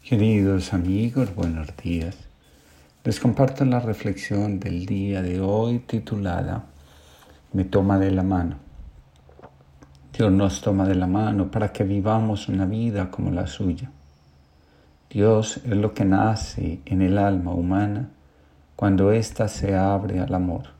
Queridos amigos, buenos días. Les comparto la reflexión del día de hoy titulada Me toma de la mano. Dios nos toma de la mano para que vivamos una vida como la suya. Dios es lo que nace en el alma humana cuando ésta se abre al amor.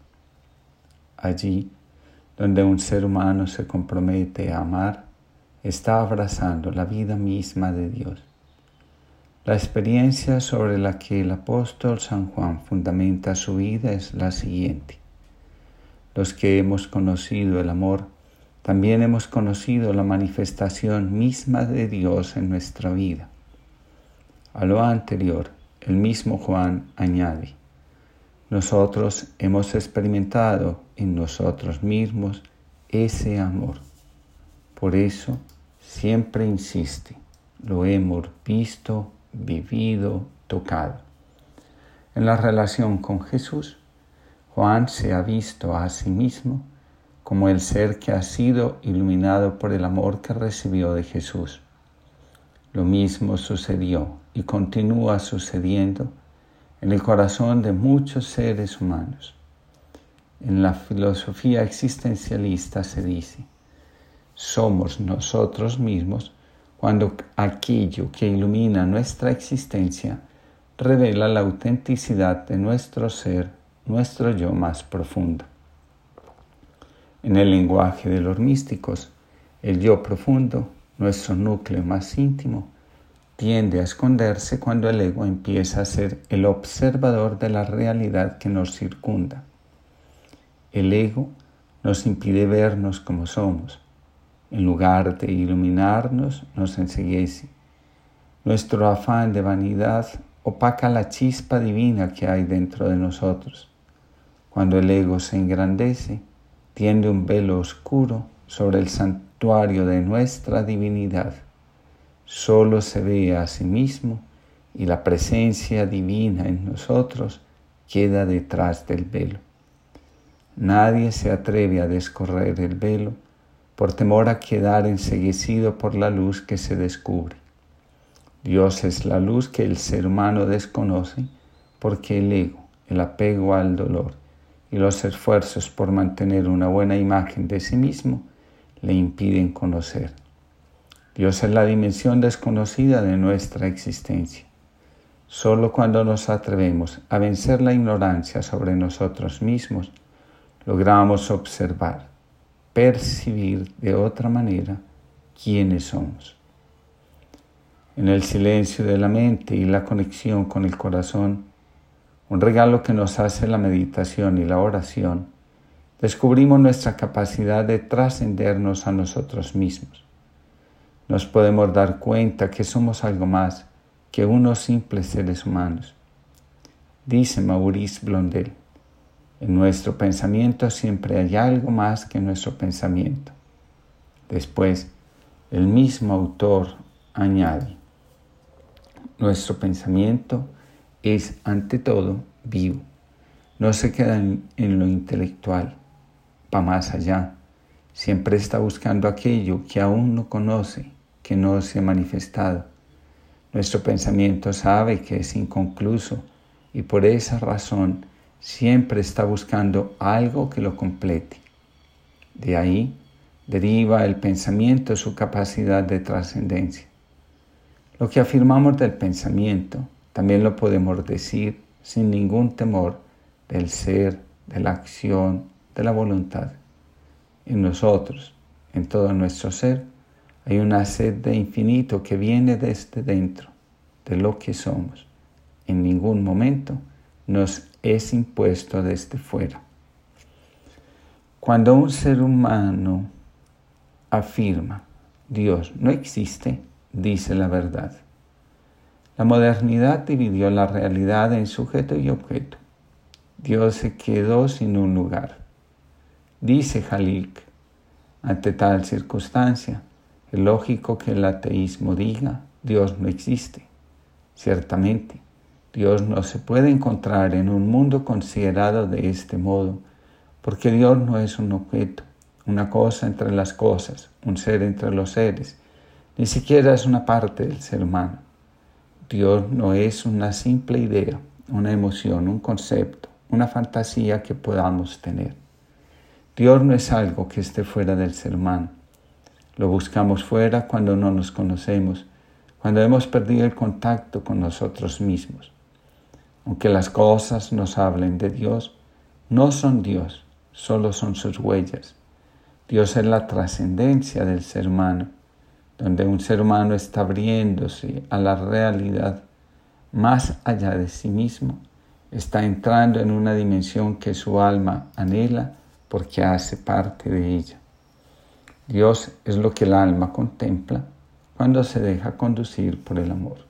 Allí, donde un ser humano se compromete a amar, está abrazando la vida misma de Dios. La experiencia sobre la que el apóstol San Juan fundamenta su vida es la siguiente. Los que hemos conocido el amor, también hemos conocido la manifestación misma de Dios en nuestra vida. A lo anterior, el mismo Juan añade, nosotros hemos experimentado en nosotros mismos ese amor. Por eso, siempre insiste, lo hemos visto, vivido, tocado. En la relación con Jesús, Juan se ha visto a sí mismo como el ser que ha sido iluminado por el amor que recibió de Jesús. Lo mismo sucedió y continúa sucediendo en el corazón de muchos seres humanos. En la filosofía existencialista se dice, somos nosotros mismos cuando aquello que ilumina nuestra existencia revela la autenticidad de nuestro ser, nuestro yo más profundo. En el lenguaje de los místicos, el yo profundo, nuestro núcleo más íntimo, tiende a esconderse cuando el ego empieza a ser el observador de la realidad que nos circunda. El ego nos impide vernos como somos. En lugar de iluminarnos, nos enceguece. Nuestro afán de vanidad opaca la chispa divina que hay dentro de nosotros. Cuando el ego se engrandece, tiende un velo oscuro sobre el santuario de nuestra divinidad. Solo se ve a sí mismo y la presencia divina en nosotros queda detrás del velo. Nadie se atreve a descorrer el velo por temor a quedar enceguecido por la luz que se descubre. Dios es la luz que el ser humano desconoce porque el ego, el apego al dolor y los esfuerzos por mantener una buena imagen de sí mismo le impiden conocer. Dios es la dimensión desconocida de nuestra existencia. Solo cuando nos atrevemos a vencer la ignorancia sobre nosotros mismos, logramos observar, percibir de otra manera quiénes somos. En el silencio de la mente y la conexión con el corazón, un regalo que nos hace la meditación y la oración, descubrimos nuestra capacidad de trascendernos a nosotros mismos. Nos podemos dar cuenta que somos algo más que unos simples seres humanos. Dice Maurice Blondel, en nuestro pensamiento siempre hay algo más que nuestro pensamiento. Después, el mismo autor añade, nuestro pensamiento es ante todo vivo. No se queda en lo intelectual, va más allá. Siempre está buscando aquello que aún no conoce, que no se ha manifestado. Nuestro pensamiento sabe que es inconcluso y por esa razón siempre está buscando algo que lo complete. De ahí deriva el pensamiento su capacidad de trascendencia. Lo que afirmamos del pensamiento también lo podemos decir sin ningún temor del ser, de la acción, de la voluntad. En nosotros, en todo nuestro ser, hay una sed de infinito que viene desde dentro, de lo que somos. En ningún momento nos es impuesto desde fuera. Cuando un ser humano afirma, Dios no existe, dice la verdad. La modernidad dividió la realidad en sujeto y objeto. Dios se quedó sin un lugar. Dice Halleck, ante tal circunstancia, es lógico que el ateísmo diga, Dios no existe. Ciertamente, Dios no se puede encontrar en un mundo considerado de este modo, porque Dios no es un objeto, una cosa entre las cosas, un ser entre los seres, ni siquiera es una parte del ser humano. Dios no es una simple idea, una emoción, un concepto, una fantasía que podamos tener. Dios no es algo que esté fuera del ser humano. Lo buscamos fuera cuando no nos conocemos, cuando hemos perdido el contacto con nosotros mismos. Aunque las cosas nos hablen de Dios, no son Dios, solo son sus huellas. Dios es la trascendencia del ser humano, donde un ser humano está abriéndose a la realidad más allá de sí mismo, está entrando en una dimensión que su alma anhela porque hace parte de ella. Dios es lo que el alma contempla cuando se deja conducir por el amor.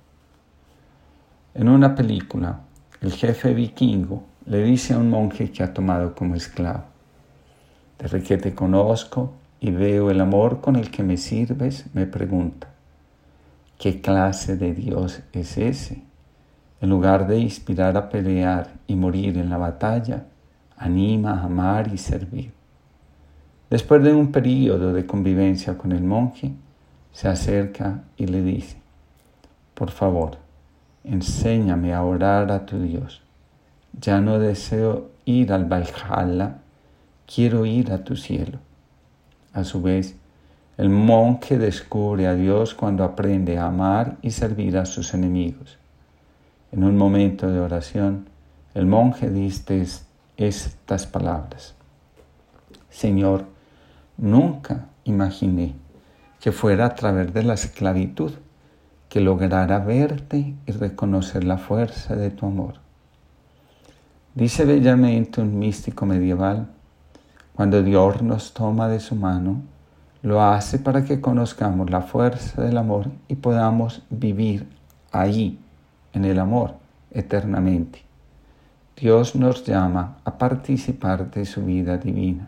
En una película, el jefe vikingo le dice a un monje que ha tomado como esclavo: desde que te conozco y veo el amor con el que me sirves, me pregunta, ¿qué clase de Dios es ese? En lugar de inspirar a pelear y morir en la batalla, anima a amar y servir. Después de un período de convivencia con el monje, se acerca y le dice: por favor, enséñame a orar a tu Dios. Ya no deseo ir al Valhalla, quiero ir a tu cielo. A su vez, el monje descubre a Dios cuando aprende a amar y servir a sus enemigos. En un momento de oración, el monje dice estas palabras: Señor, nunca imaginé que fuera a través de la esclavitud que lograra verte y reconocer la fuerza de tu amor. Dice bellamente un místico medieval: cuando Dios nos toma de su mano, lo hace para que conozcamos la fuerza del amor y podamos vivir ahí, en el amor, eternamente. Dios nos llama a participar de su vida divina.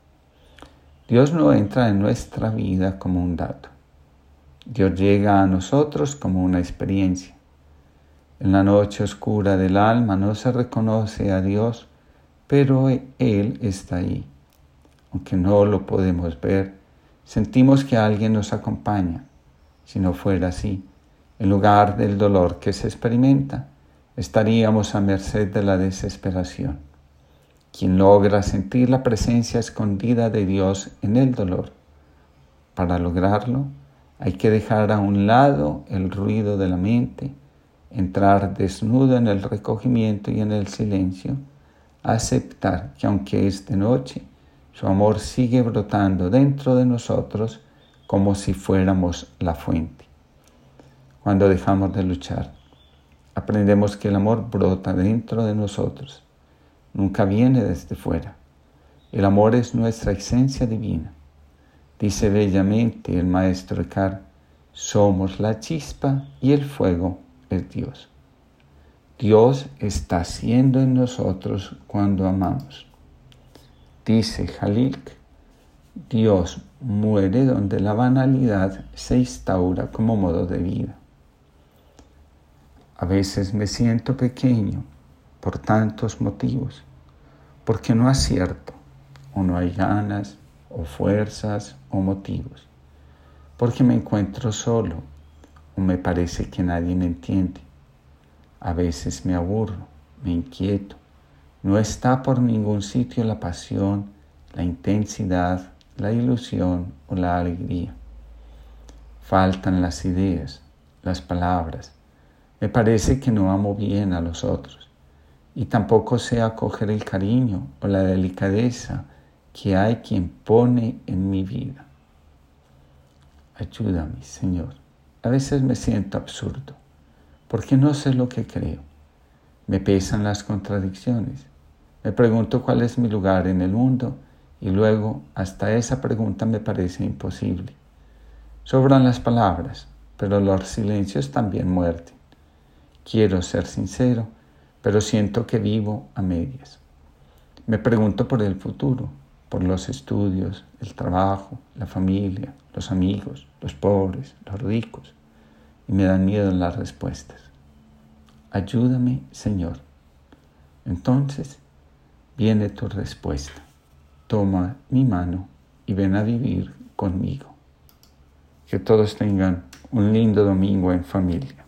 Dios no entra en nuestra vida como un dato. Dios llega a nosotros como una experiencia. En la noche oscura del alma no se reconoce a Dios, pero Él está ahí. Aunque no lo podemos ver, sentimos que alguien nos acompaña. Si no fuera así, en lugar del dolor que se experimenta, estaríamos a merced de la desesperación. Quien logra sentir la presencia escondida de Dios en el dolor. Para lograrlo, hay que dejar a un lado el ruido de la mente, entrar desnudo en el recogimiento y en el silencio, aceptar que aunque es de noche, su amor sigue brotando dentro de nosotros como si fuéramos la fuente. Cuando dejamos de luchar, aprendemos que el amor brota dentro de nosotros, nunca viene desde fuera. El amor es nuestra esencia divina. Dice bellamente el maestro Eckhart: somos la chispa y el fuego es Dios. Dios está haciendo en nosotros cuando amamos. Dice Halil: Dios muere donde la banalidad se instaura como modo de vida. A veces me siento pequeño por tantos motivos, porque no acierto, o no hay ganas, o fuerzas, o motivos, porque me encuentro solo, o me parece que nadie me entiende. A veces me aburro, me inquieto, no está por ningún sitio la pasión, la intensidad, la ilusión o la alegría. Faltan las ideas, las palabras. Me parece que no amo bien a los otros y tampoco sé acoger el cariño o la delicadeza que hay quien pone en mi vida. Ayúdame, Señor. A veces me siento absurdo porque no sé lo que creo. Me pesan las contradicciones. Me pregunto cuál es mi lugar en el mundo y luego hasta esa pregunta me parece imposible. Sobran las palabras, pero los silencios también muerden. Quiero ser sincero, pero siento que vivo a medias. Me pregunto por el futuro, por los estudios, el trabajo, la familia, los amigos, los pobres, los ricos, y me dan miedo las respuestas. Ayúdame, Señor. Entonces viene tu respuesta. Toma mi mano y ven a vivir conmigo. Que todos tengan un lindo domingo en familia.